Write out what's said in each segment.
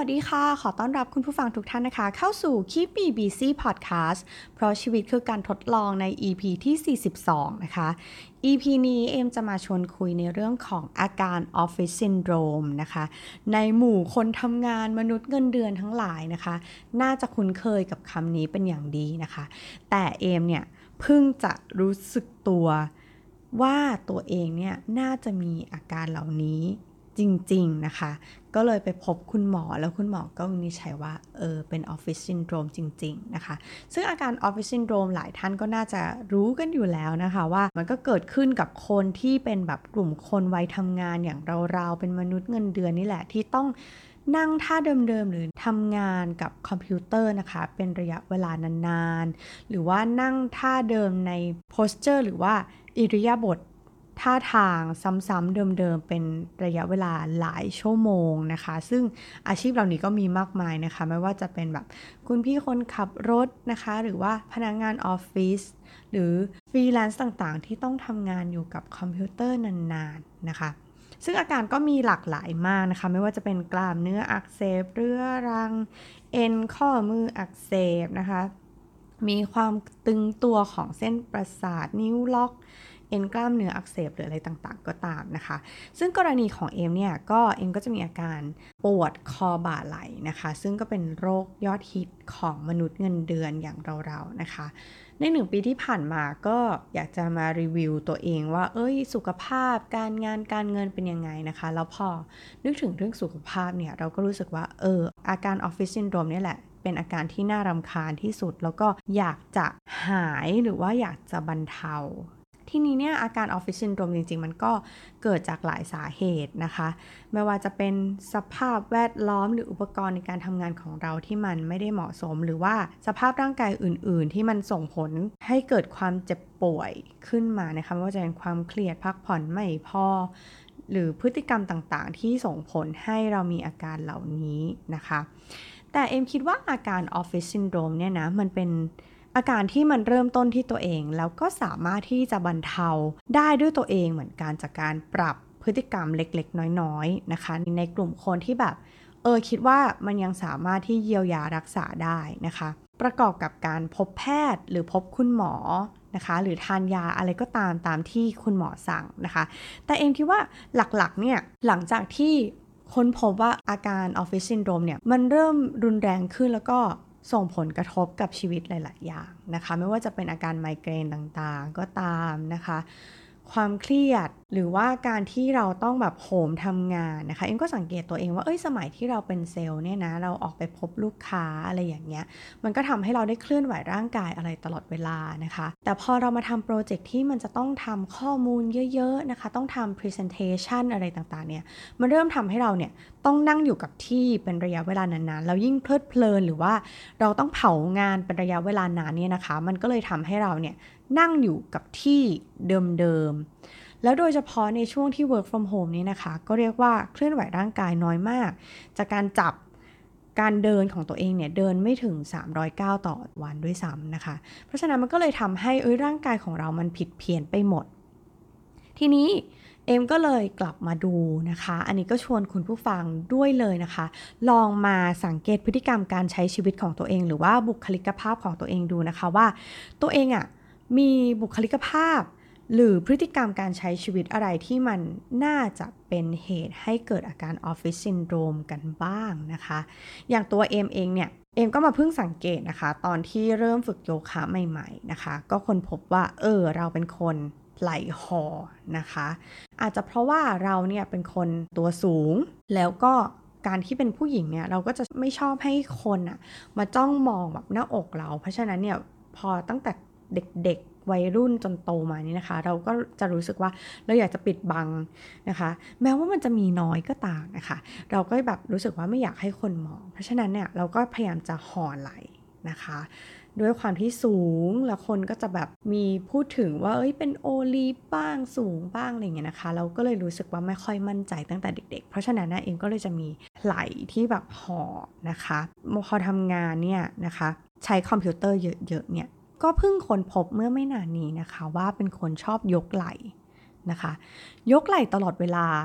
วัสดีค่ะขอต้อนรับคุณผู้ฟังทุกท่านนะคะเข้าสู่ Keep Me Busy Podcast เพราะชีวิตคือการทดลองใน EP ที่42นะคะ EP นี้เอมจะมาชวนคุยในเรื่องของอาการ Office Syndrome นะคะในหมู่คนทำงานมนุษย์เงินเดือนทั้งหลายนะคะน่าจะคุ้นเคยกับคำนี้เป็นอย่างดีนะคะแต่เอมเนี่ยเพิ่งจะรู้สึกตัวว่าตัวเองเนี่ยน่าจะมีอาการเหล่านี้จริงๆนะคะก็เลยไปพบคุณหมอแล้วคุณหมอก็วินิจฉัยว่าเป็น Office Syndrome จริงๆนะคะซึ่งอาการ Office Syndrome หลายท่านก็น่าจะรู้กันอยู่แล้วนะคะว่ามันก็เกิดขึ้นกับคนที่เป็นแบบกลุ่มคนวัยทำงานอย่างเราๆเป็นมนุษย์เงินเดือนนี่แหละที่ต้องนั่งท่าเดิมๆหรือทำงานกับคอมพิวเตอร์นะคะเป็นระยะเวลานานๆหรือว่านั่งท่าเดิมในโพสเจอร์หรือว่าอิริยาบถท่าทางซ้ำๆเดิมๆเป็นระยะเวลาหลายชั่วโมงนะคะซึ่งอาชีพเหล่านี้ก็มีมากมายนะคะไม่ว่าจะเป็นแบบคุณพี่คนขับรถนะคะหรือว่าพนักงานออฟฟิศหรือฟรีแลนซ์ต่างๆที่ต้องทำงานอยู่กับคอมพิวเตอร์นานๆนะคะซึ่งอาการก็มีหลากหลายมากนะคะไม่ว่าจะเป็นกล้ามเนื้ออักเสบเรื้อรังเอ็นข้อมืออักเสบนะคะมีความตึงตัวของเส้นประสาทนิ้วล็อกเอ็นกล้ามเนื้ออักเสบหรืออะไรต่างๆก็ตามนะคะซึ่งกรณีของเอมเนี่ยเอมก็จะมีอาการปวดคอบ่าไหล่นะคะซึ่งก็เป็นโรคยอดฮิตของมนุษย์เงินเดือนอย่างเราๆนะคะใน1 ปีที่ผ่านมาก็อยากจะมารีวิวตัวเองว่าสุขภาพการงานการเงินเป็นยังไงนะคะแล้วพอนึกถึงเรื่องสุขภาพเนี่ยเราก็รู้สึกว่าอาการ Office Syndrome เนี่ยแหละเป็นอาการที่น่ารำคาญที่สุดแล้วก็อยากจะหายหรือว่าอยากจะบรรเทาทีนี้เนี่ยอาการ Office Syndrome จริงๆมันก็เกิดจากหลายสาเหตุนะคะไม่ว่าจะเป็นสภาพแวดล้อมหรืออุปกรณ์ในการทำงานของเราที่มันไม่ได้เหมาะสมหรือว่าสภาพร่างกายอื่นๆที่มันส่งผลให้เกิดความเจ็บป่วยขึ้นมานะคะไม่ว่าจะเป็นความเครียดพักผ่อนไม่พอหรือพฤติกรรมต่างๆที่ส่งผลให้เรามีอาการเหล่านี้นะคะแต่เอ็มคิดว่าอาการ Office Syndrome เนี่ยนะมันเป็นอาการที่มันเริ่มต้นที่ตัวเองแล้วก็สามารถที่จะบรรเทาได้ด้วยตัวเองเหมือนกันจากการปรับพฤติกรรมเล็กๆน้อยๆนะคะในกลุ่มคนที่แบบคิดว่ามันยังสามารถที่เยียวยารักษาได้นะคะประกอบกับการพบแพทย์หรือพบคุณหมอนะคะหรือทานยาอะไรก็ตามที่คุณหมอสั่งนะคะแต่เอ็มคิดว่าหลักๆเนี่ยหลังจากที่ค้นพบว่าอาการ Office Syndrome เนี่ยมันเริ่มรุนแรงขึ้นแล้วก็ส่งผลกระทบกับชีวิตหลายๆอย่างนะคะไม่ว่าจะเป็นอาการไมเกรนต่างๆก็ตามนะคะความเครียดหรือว่าการที่เราต้องแบบโหมทำงานนะคะเอ็มก็สังเกตตัวเองว่าสมัยที่เราเป็นเซลล์เนี่ยนะเราออกไปพบลูกค้าอะไรอย่างเงี้ยมันก็ทำให้เราได้เคลื่อนไหวร่างกายอะไรตลอดเวลานะคะแต่พอเรามาทำโปรเจกต์ที่มันจะต้องทำข้อมูลเยอะๆนะคะต้องทำ presentation อะไรต่างๆเนี่ยมันเริ่มทำให้เราเนี่ยต้องนั่งอยู่กับที่เป็นระยะเวลานานๆแล้วยิ่งเพลิดเพลินหรือว่าเราต้องเผางานเป็นระยะเวลานานเนี่ยนะคะมันก็เลยทำให้เราเนี่ยนั่งอยู่กับที่เดิมๆแล้วโดยเฉพาะในช่วงที่ work from home นี่นะคะก็เรียกว่าเคลื่อนไหวร่างกายน้อยมากจากการจับการเดินของตัวเองเนี่ยเดินไม่ถึง300 ก้าวต่อวันด้วยซ้ำนะคะเพราะฉะนั้นมันก็เลยทำให้ร่างกายของเรามันผิดเพี้ยนไปหมดทีนี้เอมก็เลยกลับมาดูนะคะอันนี้ก็ชวนคุณผู้ฟังด้วยเลยนะคะลองมาสังเกตพฤติกรรมการใช้ชีวิตของตัวเองหรือว่าบุคลิกภาพของตัวเองดูนะคะว่าตัวเองมีบุคลิกภาพหรือพฤติกรรมการใช้ชีวิตอะไรที่มันน่าจะเป็นเหตุให้เกิดอาการ Office Syndrome กันบ้างนะคะอย่างตัวเอมเองเนี่ยเอมก็มาเพิ่งสังเกตนะคะตอนที่เริ่มฝึกโยคะใหม่ๆนะคะก็ค้นพบว่าเราเป็นคนไหล่หอนะคะอาจจะเพราะว่าเราเนี่ยเป็นคนตัวสูงแล้วก็การที่เป็นผู้หญิงเนี่ยเราก็จะไม่ชอบให้คนมาจ้องมองแบบหน้าอกเราเพราะฉะนั้นเนี่ยพอตั้งแต่เด็กๆวัยรุ่นจนโตมานี่นะคะเราก็จะรู้สึกว่าเราอยากจะปิดบังนะคะแม้ว่ามันจะมีน้อยก็ตามนะคะเราก็แบบรู้สึกว่าไม่อยากให้คนมองเพราะฉะนั้นเนี่ยเราก็พยายามจะห่อไหล่นะคะด้วยความที่สูงแล้วคนก็จะแบบมีพูดถึงว่าเป็นโอลีฟบ้างสูงบ้างอะไรอย่างเงี้ยนะคะเราก็เลยรู้สึกว่าไม่ค่อยมั่นใจตั้งแต่เด็กๆเพราะฉะนั้นเองก็เลยจะมีไหล่ที่แบบห่อนะคะพอทำงานเนี่ยนะคะใช้คอมพิวเตอร์เยอะๆเนี่ยก็เพิ่งค้นพบเมื่อไม่นานนี้นะคะว่าเป็นคนชอบยกไหล่นะคะยกไหล่ตลอดเวลา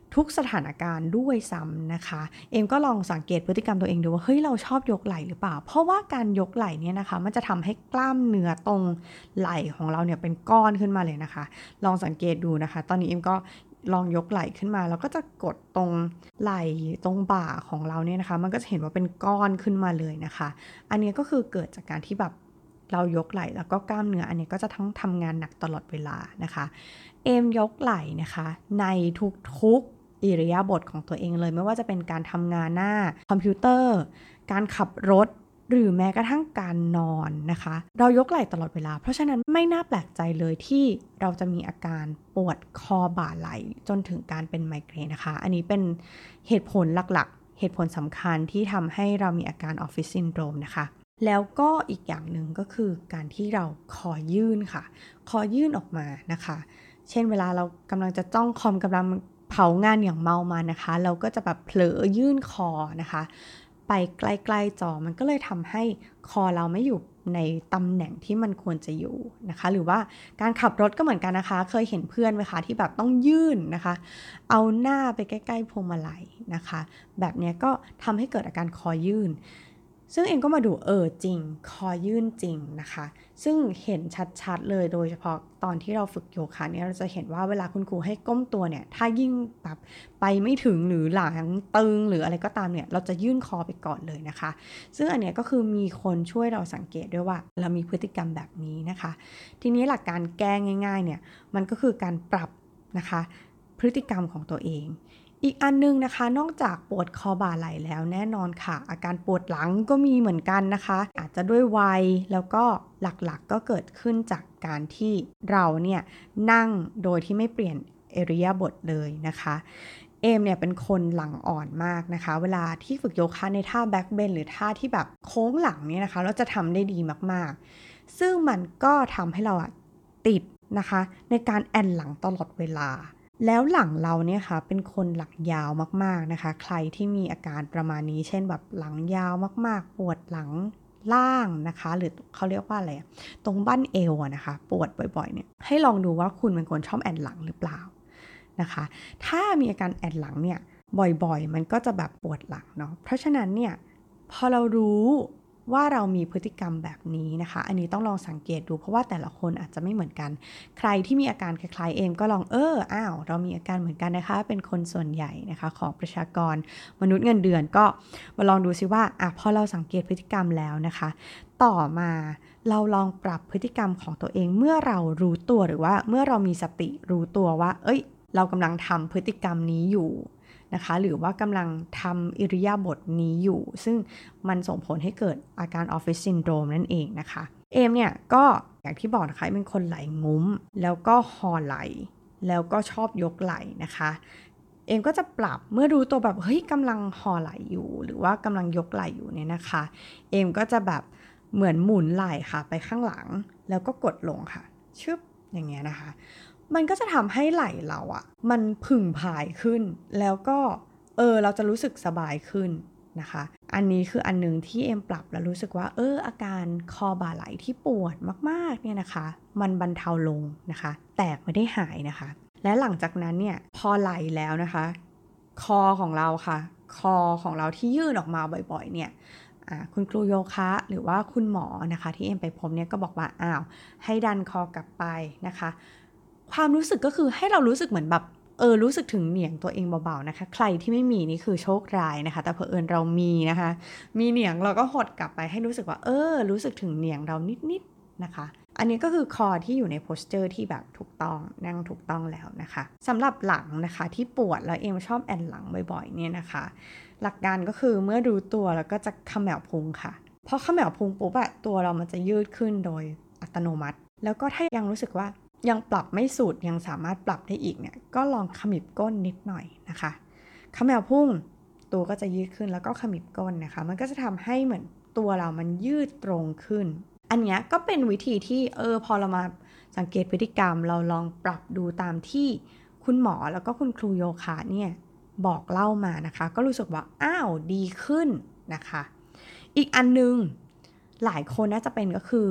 ทุกสถานการณ์ด้วยซ้ำนะคะเอมก็ลองสังเกตพฤติกรรมตัวเองดูว่าเฮ้ยเราชอบยกไหล่หรือเปล่าเพราะว่าการยกไหล่เนี่ยนะคะมันจะทำให้กล้ามเนื้อตรงไหล่ของเราเนี่ยเป็นก้อนขึ้นมาเลยนะคะลองสังเกตดูนะคะตอนนี้เอมก็ลองยกไหล่ขึ้นมาแล้วก็จะกดตรงไหล่ตรงบ่าของเราเนี่ยนะคะมันก็จะเห็นว่าเป็นก้อนขึ้นมาเลยนะคะอันนี้ก็คือเกิดจากการที่แบบเรายกไหล่แล้วก็กล้ามเนื้ออันนี้ก็จะต้องทำงานหนักตลอดเวลานะคะเอมยกไหล่นะคะในทุกๆอิริยาบถของตัวเองเลยไม่ว่าจะเป็นการทำงานหน้าคอมพิวเตอร์การขับรถหรือแม้กระทั่งการนอนนะคะเรายกไหล่ตลอดเวลาเพราะฉะนั้นไม่น่าแปลกใจเลยที่เราจะมีอาการปวดคอบ่าไหล่จนถึงการเป็นไมเกรนนะคะอันนี้เป็นเหตุผลหลักๆเหตุผลสำคัญที่ทำให้เรามีอาการออฟฟิศซินโดรมนะคะแล้วก็อีกอย่างหนึ่งก็คือการที่เราคอยื่นค่ะคอยื่นออกมานะคะเช่นเวลาเรากำลังจะจ้องคอมกำลังเผางานอย่างเมามานะคะเราก็จะแบบเผลอยื่นคอนะคะไปใกล้ๆจอมันก็เลยทำให้คอเราไม่อยู่ในตำแหน่งที่มันควรจะอยู่นะคะหรือว่าการขับรถก็เหมือนกันนะคะเคยเห็นเพื่อนไหมคะที่แบบต้องยื่นนะคะเอาหน้าไปใกล้ๆพวงมาลัยนะคะแบบนี้ก็ทำให้เกิดอาการคอยื่นซึ่งเองก็มาดูจริงคอยื่นจริงนะคะซึ่งเห็นชัดๆเลยโดยเฉพาะตอนที่เราฝึกโยคะเนี่ยเราจะเห็นว่าเวลาคุณครูให้ก้มตัวเนี่ยถ้ายิ่งแบบไปไม่ถึงหรือหลังตึงหรืออะไรก็ตามเนี่ยเราจะยื่นคอไปก่อนเลยนะคะซึ่งอันเนี้ยก็คือมีคนช่วยเราสังเกตด้วยว่าเรามีพฤติกรรมแบบนี้นะคะทีนี้หลักการแก้ง่ายๆเนี่ยมันก็คือการปรับนะคะพฤติกรรมของตัวเองอีกอันนึงนะคะนอกจากปวดคอบ่าไหล่แล้วแน่นอนค่ะอาการปวดหลังก็มีเหมือนกันนะคะอาจจะด้วยวัยแล้วก็หลักๆก็เกิดขึ้นจากการที่เราเนี่ยนั่งโดยที่ไม่เปลี่ยนอิริยาบถเลยนะคะเอมเนี่ยเป็นคนหลังอ่อนมากนะคะเวลาที่ฝึกโยคะในท่าแบ็คเบนหรือท่าที่แบบโค้งหลังเนี่ยนะคะเราจะทำได้ดีมากๆซึ่งมันก็ทำให้เราติดนะคะในการแอนหลังตลอดเวลาแล้วหลังเราเนี่ยค่ะเป็นคนหลังยาวมากๆนะคะใครที่มีอาการประมาณนี้เช่นแบบหลังยาวมากๆปวดหลังล่างนะคะหรือเขาเรียกว่าอะไรตรงบั้นเอวนะคะปวดบ่อยๆเนี่ยให้ลองดูว่าคุณเป็นคนชอบแอนหลังหรือเปล่านะคะถ้ามีอาการแอนหลังเนี่ยบ่อยๆมันก็จะแบบปวดหลังเนาะเพราะฉะนั้นเนี่ยพอเรารู้ว่าเรามีพฤติกรรมแบบนี้นะคะอันนี้ต้องลองสังเกตดูเพราะว่าแต่ละคนอาจจะไม่เหมือนกันใครที่มีอาการคล้ายๆเอมก็ลองเรามีอาการเหมือนกันนะคะเป็นคนส่วนใหญ่นะคะของประชากรมนุษย์เงินเดือนก็มาลองดูซิว่าพอเราสังเกตพฤติกรรมแล้วนะคะต่อมาเราลองปรับพฤติกรรมของตัวเองเมื่อเรารู้ตัวหรือว่าเมื่อเรามีสติรู้ตัวว่าเรากำลังทำพฤติกรรมนี้อยู่นะคะหรือว่ากำลังทำอิริยาบถนี้อยู่ซึ่งมันส่งผลให้เกิดอาการออฟฟิศซินโดรมนั่นเองนะคะเอมเนี่ยก็อย่างที่บอกนะคะเป็นคนไหล่งุ้มแล้วก็คอไหล่แล้วก็ชอบยกไหล่นะคะเอมก็จะปรับเมื่อรู้ตัวแบบกำลังคอไหล่อยู่หรือว่ากำลังยกไหล่อยู่เนี่ยนะคะเอมก็จะแบบเหมือนหมุนไหล่ค่ะไปข้างหลังแล้วก็กดลงค่ะชึบอย่างเงี้ยนะคะมันก็จะทำให้ไหล่เรามันผึ่งผายขึ้นแล้วก็เราจะรู้สึกสบายขึ้นนะคะอันนี้คืออันนึงที่เอ็มปรับแล้วรู้สึกว่าอาการคอบ่าไหล่ที่ปวดมากๆเนี่ยนะคะมันบรรเทาลงนะคะแต่ไม่ได้หายนะคะและหลังจากนั้นเนี่ยพอไหล่แล้วนะคะคอของเราค่ะคอของเราที่ยื่นออกมาบ่อยๆเนี่ยคุณครูโยคะหรือว่าคุณหมอนะคะที่เอ็มไปพบเนี่ยก็บอกว่าให้ดันคอกลับไปนะคะความรู้สึกก็คือให้เรารู้สึกเหมือนแบบรู้สึกถึงเหนี่ยงตัวเองเบาๆนะคะใครที่ไม่มีนี่คือโชคร้ายนะคะแต่เผอิญเรามีนะคะมีเหนี่ยงเราก็หดกลับไปให้รู้สึกว่ารู้สึกถึงเหนี่ยงเรานิดๆนะคะอันนี้ก็คือคอที่อยู่ในโพสเจอร์ที่แบบถูกต้องนั่งถูกต้องแล้วนะคะสำหรับหลังนะคะที่ปวดแล้วเองชอบแอนหลังบ่อยๆเนี่ยนะคะหลักการก็คือเมื่อรู้ตัวแล้วก็จะเขม่าพุงค่ะพอเขม่าพุงปุ๊บตัวเรามันจะยืดขึ้นโดยอัตโนมัติแล้วก็ถ้ายังรู้สึกว่ายังปรับไม่สุดยังสามารถปรับได้อีกเนี่ยก็ลองขมิบก้นนิดหน่อยนะคะเขม่าพุงตัวก็จะยืดขึ้นแล้วก็ขมิบก้นนะคะมันก็จะทำให้เหมือนตัวเรามันยืดตรงขึ้นอันนี้ก็เป็นวิธีที่พอเรามาสังเกตพฤติกรรมเราลองปรับดูตามที่คุณหมอแล้วก็คุณครูโยคะเนี่ยบอกเล่ามานะคะก็รู้สึกว่าดีขึ้นนะคะอีกอันนึงหลายคนน่าจะเป็นก็คือ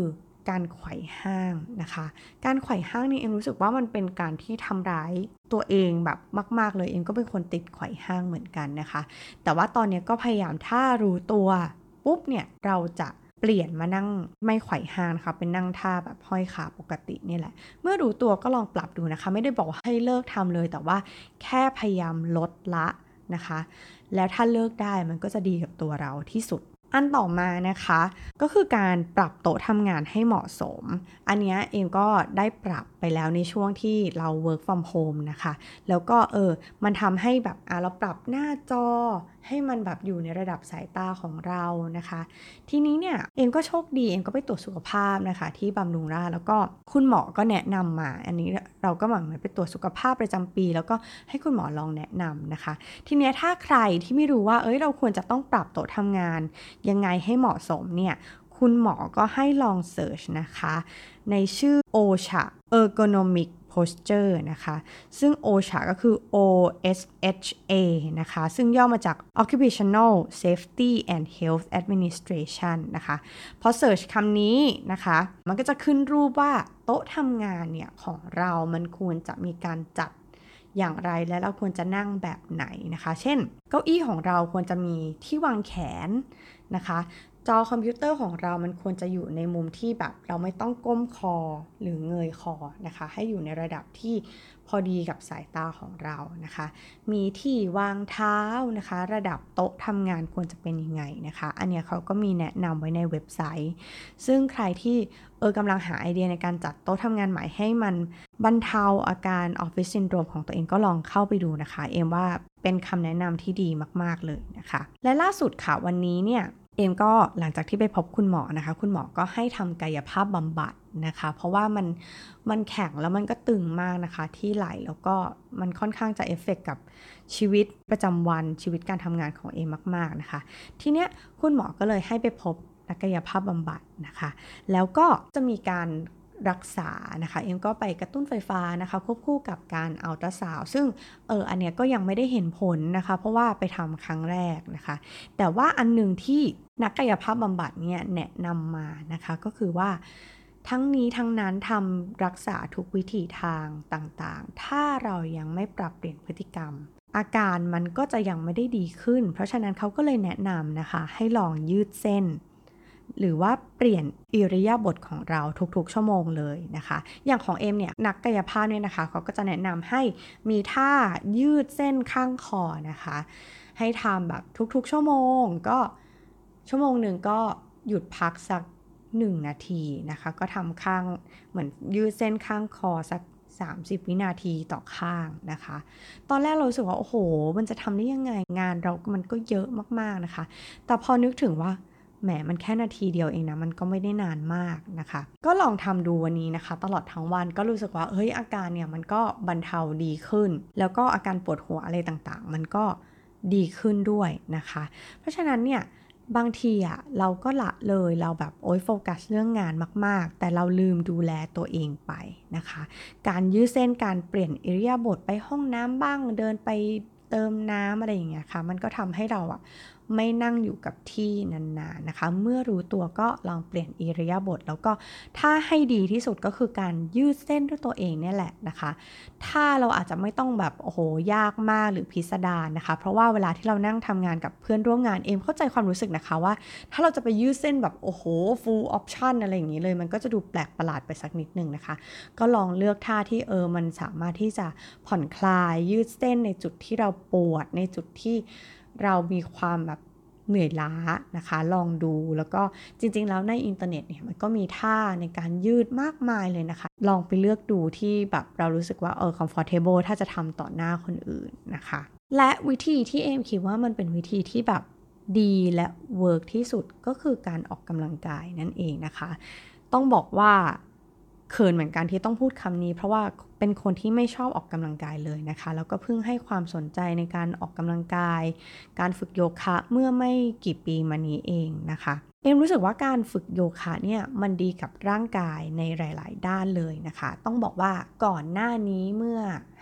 การไขว่ห้างนะคะการไขว่ห้างนี่เอ็มรู้สึกว่ามันเป็นการที่ทำร้ายตัวเองแบบมากๆเลยเอ็มก็เป็นคนติดไขว่ห้างเหมือนกันนะคะแต่ว่าตอนนี้ก็พยายามถ้ารู้ตัวปุ๊บเนี่ยเราจะเปลี่ยนมานั่งไม่ไขว่ห้างนะคะเป็นนั่งท่าแบบห้อยขาปกตินี่แหละเมื่อรู้ตัวก็ลองปรับดูนะคะไม่ได้บอกว่าให้เลิกทำเลยแต่ว่าแค่พยายามลดละนะคะแล้วถ้าเลิกได้มันก็จะดีกับตัวเราที่สุดอันต่อมานะคะก็คือการปรับโต๊ะทำงานให้เหมาะสมอันนี้เองก็ได้ปรับไปแล้วในช่วงที่เรา work from home นะคะแล้วก็มันทำให้แบบเราปรับหน้าจอให้มันแบบอยู่ในระดับสายตาของเรานะคะทีนี้เนี่ยเองก็โชคดีเองก็ไปตรวจสุขภาพนะคะที่บำรุงราษฎร์แล้วก็คุณหมอก็แนะนำมาอันนี้เราก็เหมือนไปตรวจสุขภาพประจำปีแล้วก็ให้คุณหมอลองแนะนำนะคะทีนี้ถ้าใครที่ไม่รู้ว่าเราควรจะต้องปรับโต๊ะทำงานยังไงให้เหมาะสมเนี่ยคุณหมอก็ให้ลองเสิร์ชนะคะในชื่อ OSHA Ergonomic Posture นะคะซึ่ง OSHA ก็คือ OSHA นะคะซึ่งย่อมาจาก Occupational Safety and Health Administration นะคะพอเสิร์ชคำนี้นะคะมันก็จะขึ้นรูปว่าโต๊ะทำงานเนี่ยของเรามันควรจะมีการจัดอย่างไรและเราควรจะนั่งแบบไหนนะคะเช่นเก้าอี้ของเราควรจะมีที่วางแขนนะคะจอคอมพิวเตอร์ของเรามันควรจะอยู่ในมุมที่แบบเราไม่ต้องก้มคอหรือเงยคอนะคะให้อยู่ในระดับที่พอดีกับสายตาของเรานะคะมีที่วางเท้านะคะระดับโต๊ะทำงานควรจะเป็นยังไงนะคะอันนี้เขาก็มีแนะนำไว้ในเว็บไซต์ซึ่งใครที่กำลังหาไอเดียในการจัดโต๊ะทำงานใหม่ให้มันบรรเทาอาการออฟฟิศซินโดรมของตัวเองก็ลองเข้าไปดูนะคะเอมว่าเป็นคำแนะนำที่ดีมากๆเลยนะคะและล่าสุดค่ะวันนี้เนี่ยเอมก็หลังจากที่ไปพบคุณหมอนะคะคุณหมอก็ให้ทำกายภาพบำบัดนะคะเพราะว่ามันแข็งแล้วมันก็ตึงมากนะคะที่ไหล่แล้วก็มันค่อนข้างจะเอฟเฟกต์กับชีวิตประจำวันชีวิตการทำงานของเอมมากๆนะคะทีเนี้ยคุณหมอก็เลยให้ไปพบนักกายภาพบำบัดนะคะแล้วก็จะมีการรักษานะคะเอ็มก็ไปกระตุ้นไฟฟ้านะคะควบคู่กับการอัลตราซาวด์ซึ่งอันเนี้ยก็ยังไม่ได้เห็นผลนะคะเพราะว่าไปทำครั้งแรกนะคะแต่ว่าอันหนึ่งที่นักกายภาพบำบัดเนี่ยแนะนำมานะคะก็คือว่าทั้งนี้ทั้งนั้นทำรักษาทุกวิถีทางต่างๆถ้าเรายังไม่ปรับเปลี่ยนพฤติกรรมอาการมันก็จะยังไม่ได้ดีขึ้นเพราะฉะนั้นเขาก็เลยแนะนำนะคะให้ลองยืดเส้นหรือว่าเปลี่ยนอิริยาบถของเราทุกๆชั่วโมงเลยนะคะอย่างของเอ็มเนี่ยนักกายภาพเนี่ยนะคะเขาก็จะแนะนำให้มีท่ายืดเส้นข้างคอนะคะให้ทำแบบทุกๆชั่วโมงก็ชั่วโมงหนึ่งก็หยุดพักสัก1 นาทีนะคะก็ทำข้างเหมือนยืดเส้นข้างคอสัก30 วินาทีต่อข้างนะคะตอนแรกเรารู้สึกว่าโอ้โหมันจะทำได้ยังไงงานเรามันก็เยอะมากๆนะคะแต่พอนึกถึงว่าแหมมันแค่นาทีเดียวเองนะมันก็ไม่ได้นานมากนะคะก็ลองทำดูวันนี้นะคะตลอดทั้งวันก็รู้สึกว่าอาการเนี่ยมันก็บรรเทาดีขึ้นแล้วก็อาการปวดหัวอะไรต่างๆมันก็ดีขึ้นด้วยนะคะเพราะฉะนั้นเนี่ยบางทีเราก็ละเลยเราแบบโฟกัสเรื่องงานมากๆแต่เราลืมดูแลตัวเองไปนะคะการยืดเส้นการเปลี่ยนอิริยาบถไปห้องน้ำบ้างเดินไปเติมน้ำอะไรอย่างเงี้ยค่ะมันก็ทำให้เราไม่นั่งอยู่กับที่นานๆนะคะเมื่อรู้ตัวก็ลองเปลี่ยนอิริยาบถแล้วก็ถ้าให้ดีที่สุดก็คือการยืดเส้นด้วยตัวเองเนี่ยแหละนะคะถ้าเราอาจจะไม่ต้องแบบโอ้โหยากมากหรือพิสดารนะคะเพราะว่าเวลาที่เรานั่งทำงานกับเพื่อนร่วมงานเอมเข้าใจความรู้สึกนะคะว่าถ้าเราจะไปยืดเส้นแบบโอ้โห full option อะไรอย่างนี้เลยมันก็จะดูแปลกประหลาดไปสักนิดนึงนะคะก็ลองเลือกท่าที่มันสามารถที่จะผ่อนคลายยืดเส้นในจุดที่เราปวดในจุดที่เรามีความแบบเหนื่อยล้านะคะลองดูแล้วก็จริงๆแล้วในอินเทอร์เน็ตเนี่ยมันก็มีท่าในการยืดมากมายเลยนะคะลองไปเลือกดูที่แบบเรารู้สึกว่าcomfortable ถ้าจะทำต่อหน้าคนอื่นนะคะและวิธีที่เอมคิดว่ามันเป็นวิธีที่แบบดีและเวิร์กที่สุดก็คือการออกกำลังกายนั่นเองนะคะต้องบอกว่าเขินเหมือนกันที่ต้องพูดคำนี้เพราะว่าเป็นคนที่ไม่ชอบออกกำลังกายเลยนะคะแล้วก็เพิ่งให้ความสนใจในการออกกำลังกายการฝึกโยคะเมื่อไม่กี่ปีมานี้เองนะคะเอมรู้สึกว่าการฝึกโยคะเนี่ยมันดีกับร่างกายในหลายๆด้านเลยนะคะต้องบอกว่าก่อนหน้านี้เมื่อ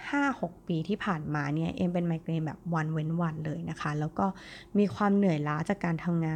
5-6 ปีที่ผ่านมาเนี่ยเอมเป็นไมเกรนแบบวันเว้นวันเลยนะคะแล้วก็มีความเหนื่อยล้าจากการทำงาน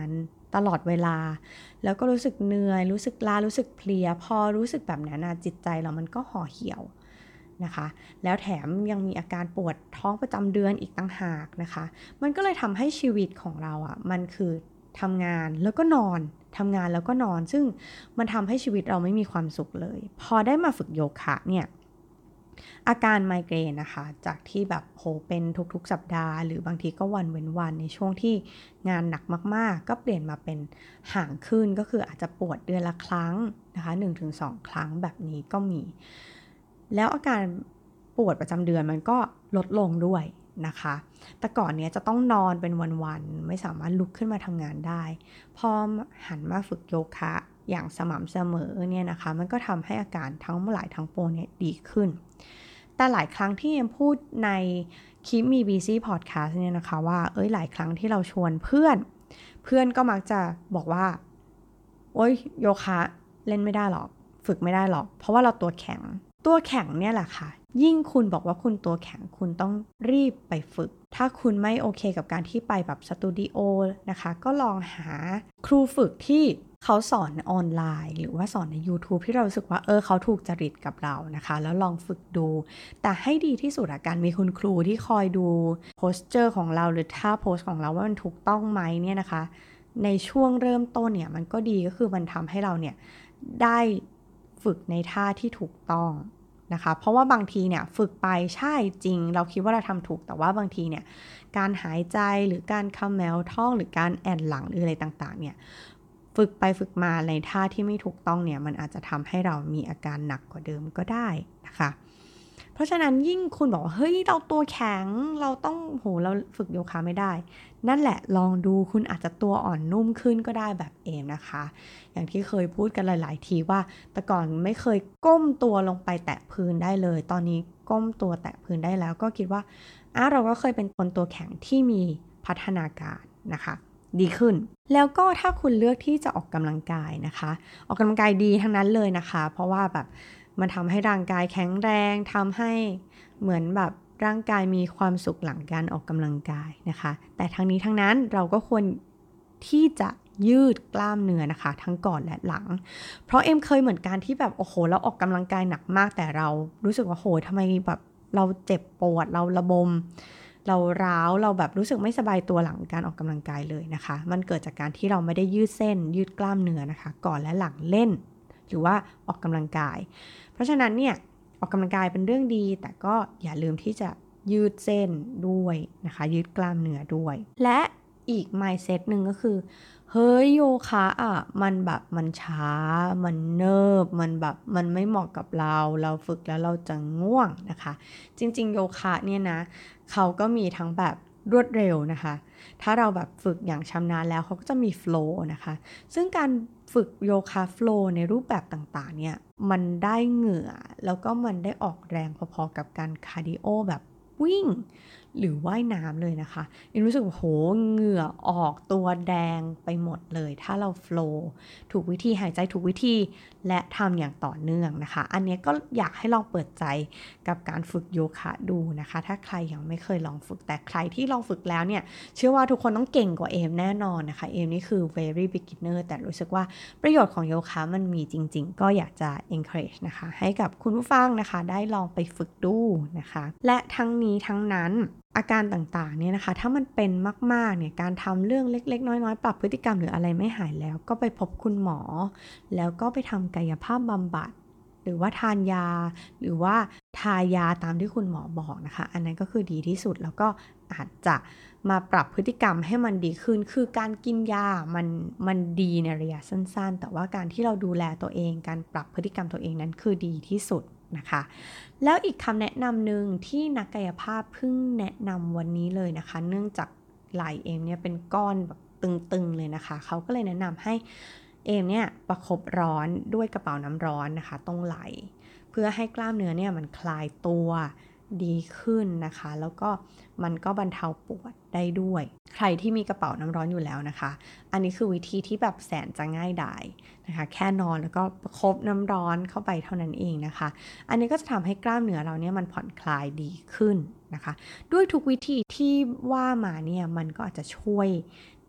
ตลอดเวลาแล้วก็รู้สึกเหนื่อยรู้สึกล้ารู้สึกเพลียพอรู้สึกแบบนั้นจิตใจเรามันก็ห่อเหี่ยวนะคะแล้วแถมยังมีอาการปวดท้องประจำเดือนอีกต่างหากนะคะมันก็เลยทำให้ชีวิตของเรามันคือทำงานแล้วก็นอนทำงานแล้วก็นอนซึ่งมันทำให้ชีวิตเราไม่มีความสุขเลยพอได้มาฝึกโยคะเนี่ยอาการไมเกรนนะคะจากที่แบบโหเป็นทุกๆสัปดาห์หรือบางทีก็วันเว้นวันในช่วงที่งานหนักมากๆก็เปลี่ยนมาเป็นห่างขึ้นก็คืออาจจะปวดเดือนละครั้งนะคะ 1-2 ครั้งแบบนี้ก็มีแล้วอาการปวดประจำเดือนมันก็ลดลงด้วยนะคะแต่ก่อนเนี้ยจะต้องนอนเป็นวันๆไม่สามารถลุกขึ้นมาทำงานได้พอหันมาฝึกโยคะอย่างสม่ำเสมอเนี่ยนะคะมันก็ทำให้อาการทั้งหลายทั้งปวงเนี่ยดีขึ้นแต่หลายครั้งที่เอ็มพูดในคลิปมี BC Podcast เนี่ยนะคะว่าหลายครั้งที่เราชวนเพื่อนก็มักจะบอกว่าโอ๊ยโยคะเล่นไม่ได้หรอกฝึกไม่ได้หรอกเพราะว่าเราตัวแข็งเนี่ยแหละค่ะยิ่งคุณบอกว่าคุณตัวแข็งคุณต้องรีบไปฝึกถ้าคุณไม่โอเคกับการที่ไปแบบสตูดิโอนะคะก็ลองหาครูฝึกที่เขาสอนออนไลน์หรือว่าสอนใน YouTube ที่เรารู้สึกว่าเขาถูกจริตกับเรานะคะแล้วลองฝึกดูแต่ให้ดีที่สุดการมีคุณครูที่คอยดูโพสเจอร์ของเราหรือท่าโพสของเราว่ามันถูกต้องไหมเนี่ยนะคะในช่วงเริ่มต้นเนี่ยมันก็ดีก็คือมันทำให้เราเนี่ยได้ฝึกในท่าที่ถูกต้องนะคะเพราะว่าบางทีเนี่ยฝึกไปใช่จริงเราคิดว่าเราทำถูกแต่ว่าบางทีเนี่ยการหายใจหรือการคำแมวท่องหรือการแอนหลังหรืออะไรต่างๆเนี่ยฝึกไปฝึกมาในท่าที่ไม่ถูกต้องเนี่ยมันอาจจะทำให้เรามีอาการหนักกว่าเดิมก็ได้นะคะเพราะฉะนั้นยิ่งคุณบอกว่าเฮ้ยเราตัวแข็งเราต้องเราฝึกโยคะไม่ได้นั่นแหละลองดูคุณอาจจะตัวอ่อนนุ่มขึ้นก็ได้แบบเอมนะคะอย่างที่เคยพูดกันหลายๆทีว่าแต่ก่อนไม่เคยก้มตัวลงไปแตะพื้นได้เลยตอนนี้ก้มตัวแตะพื้นได้แล้วก็คิดว่าเราก็เคยเป็นคนตัวแข็งที่มีพัฒนาการนะคะดีขึ้นแล้วก็ถ้าคุณเลือกที่จะออกกำลังกายนะคะออกกำลังกายดีทั้งนั้นเลยนะคะเพราะว่าแบบมันทำให้ร่างกายแข็งแรงทำให้เหมือนแบบร่างกายมีความสุขหลังการออกกำลังกายนะคะแต่ทั้งนี้ทั้งนั้นเราก็ควรที่จะยืดกล้ามเนื้อนะคะทั้งก่อนและหลังเพราะเอ็มเคยเหมือนกันที่แบบเราออกกำลังกายหนักมากแต่เรารู้สึกว่าทำไมแบบเราเจ็บปวดเราระบมเราร้าวเราแบบรู้สึกไม่สบายตัวหลังการออกกำลังกายเลยนะคะมันเกิดจากการที่เราไม่ได้ยืดเส้นยืดกล้ามเนื้อนะคะก่อนและหลังเล่นหรือว่าออกกำลังกายเพราะฉะนั้นเนี่ยออกกำลังกายเป็นเรื่องดีแต่ก็อย่าลืมที่จะยืดเส้นด้วยนะคะยืดกล้ามเนื้อด้วยและอีก mindset หนึ่งก็คือเฮ้ยโยคะมันแบบมันช้ามันเนิบมันแบบมันไม่เหมาะกับเราฝึกแล้วเราจะง่วงนะคะจริงๆโยคะเนี่ยนะเขาก็มีทั้งแบบรวดเร็วนะคะถ้าเราแบบฝึกอย่างชำนาญแล้วเขาก็จะมีโฟลว์นะคะซึ่งการฝึกโยคะโฟลว์ในรูปแบบต่างๆเนี่ยมันได้เหงื่อแล้วก็มันได้ออกแรงพอๆกับการคาร์ดิโอแบบวิ่งหรือว่ายน้ำเลยนะคะยังรู้สึกเหงื่อออกตัวแดงไปหมดเลยถ้าเราโฟลว์ถูกวิธีหายใจถูกวิธีและทำอย่างต่อเนื่องนะคะอันนี้ก็อยากให้ลองเปิดใจกับการฝึกโยคะดูนะคะถ้าใครยังไม่เคยลองฝึกแต่ใครที่ลองฝึกแล้วเนี่ยเชื่อว่าทุกคนต้องเก่งกว่าเอมแน่นอนนะคะเอมนี่คือ very beginner แต่รู้สึกว่าประโยชน์ของโยคะมันมีจริงๆก็อยากจะ encourage นะคะให้กับคุณผู้ฟังนะคะได้ลองไปฝึกดูนะคะและทั้งนี้ทั้งนั้นอาการต่างๆเนี่ยนะคะถ้ามันเป็นมากๆเนี่ยการทำเรื่องเล็กๆน้อยๆปรับพฤติกรรมหรืออะไรไม่หายแล้วก็ไปพบคุณหมอแล้วก็ไปทำกายภาพบำบัดหรือว่าทานยาหรือว่าทายาตามที่คุณหมอบอกนะคะอันนั้นก็คือดีที่สุดแล้วก็อาจจะมาปรับพฤติกรรมให้มันดีขึ้นคือการกินยามันดีในระยะสั้นๆแต่ว่าการที่เราดูแลตัวเองการปรับพฤติกรรมตัวเองนั้นคือดีที่สุดนะคะแล้วอีกคำแนะนำหนึ่งที่นักกายภาพเพิ่งแนะนำวันนี้เลยนะคะเนื่องจากไหล่เอมเนี่ยเป็นก้อนแบบตึงๆเลยนะคะเขาก็เลยแนะนำให้เอมเนี่ยประคบร้อนด้วยกระเป๋าน้ำร้อนนะคะตรงไหล่เพื่อให้กล้ามเนื้อเนี่ยมันคลายตัวดีขึ้นนะคะแล้วก็มันก็บรรเทาปวดได้ด้วยใครที่มีกระเป๋าน้ำร้อนอยู่แล้วนะคะอันนี้คือวิธีที่แบบแสนจะง่ายดายนะคะแค่นอนแล้วก็ประคบน้ำร้อนเข้าไปเท่านั้นเองนะคะอันนี้ก็จะทำให้กล้ามเนื้อเราเนี่ยมันผ่อนคลายดีขึ้นนะคะด้วยทุกวิธีที่ว่ามาเนี่ยมันก็อาจจะช่วย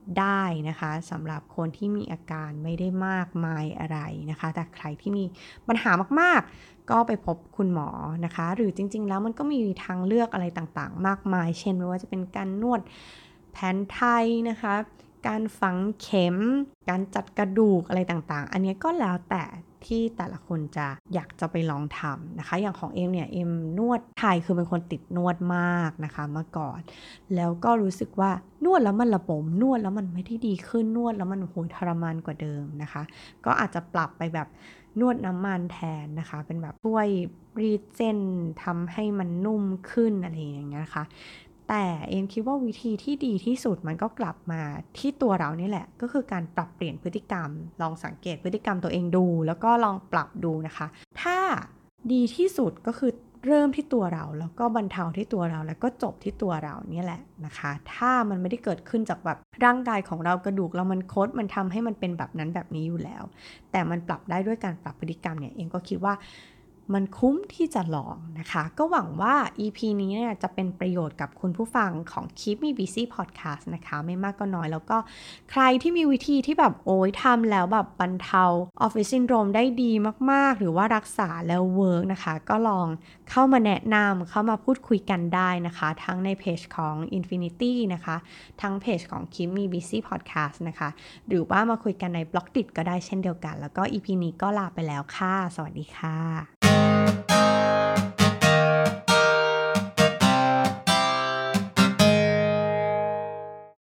ได้นะคะสำหรับคนที่มีอาการไม่ได้มากมายอะไรนะคะแต่ใครที่มีปัญหามากๆก็ไปพบคุณหมอนะคะหรือจริงๆแล้วมันก็มีทางเลือกอะไรต่างๆมากมายเช่นไม่ว่าจะเป็นการนวดแผนไทยนะคะการฝังเข็มการจัดกระดูกอะไรต่างๆอันนี้ก็แล้วแต่ที่แต่ละคนจะอยากจะไปลองทำนะคะอย่างของเอมเนี่ยเอมนวดไทยคือเป็นคนติดนวดมากนะคะเมื่อก่อนแล้วก็รู้สึกว่านวดแล้วมันระบมนวดแล้วมันไม่ได้ดีขึ้นนวดแล้วมันโหยทรมานกว่าเดิมนะคะก็อาจจะปรับไปแบบนวดน้ำมันแทนนะคะเป็นแบบช่วยรีดเส้นทำให้มันนุ่มขึ้นอะไรอย่างเงี้ยนะคะแต่เอมคิดว่าวิธีที่ดีที่สุดมันก็กลับมาที่ตัวเรานี่แหละก็คือการปรับเปลี่ยนพฤติกรรมลองสังเกตพฤติกรรมตัวเองดูแล้วก็ลองปรับดูนะคะถ้าดีที่สุดก็คือเริ่มที่ตัวเราแล้วก็บรรเทาที่ตัวเราแล้วก็จบที่ตัวเราเนี่ยแหละนะคะถ้ามันไม่ได้เกิดขึ้นจากแบบร่างกายของเรากระดูกเรามันคดมันทำให้มันเป็นแบบนั้นแบบนี้อยู่แล้วแต่มันปรับได้ด้วยการปรับพฤติกรรมเนี่ยเองก็คิดว่ามันคุ้มที่จะลองนะคะก็หวังว่า EP นี้เนี่ยจะเป็นประโยชน์กับคุณผู้ฟังของ Keep Me Busy Podcast นะคะไม่มากก็น้อยแล้วก็ใครที่มีวิธีที่แบบโอ้ยทำแล้วแบบบรรเทา Office Syndrome ได้ดีมากๆหรือว่ารักษาแล้วเวิร์กนะคะก็ลองเข้ามาแนะนำเข้ามาพูดคุยกันได้นะคะทั้งในเพจของ Infinity นะคะทั้งเพจของ Keep Me Busy Podcast นะคะหรือว่ามาคุยกันในบล็อกดิก็ได้เช่นเดียวกันแล้วก็ EP นี้ก็ลาไปแล้วค่ะสวัสดีค่ะ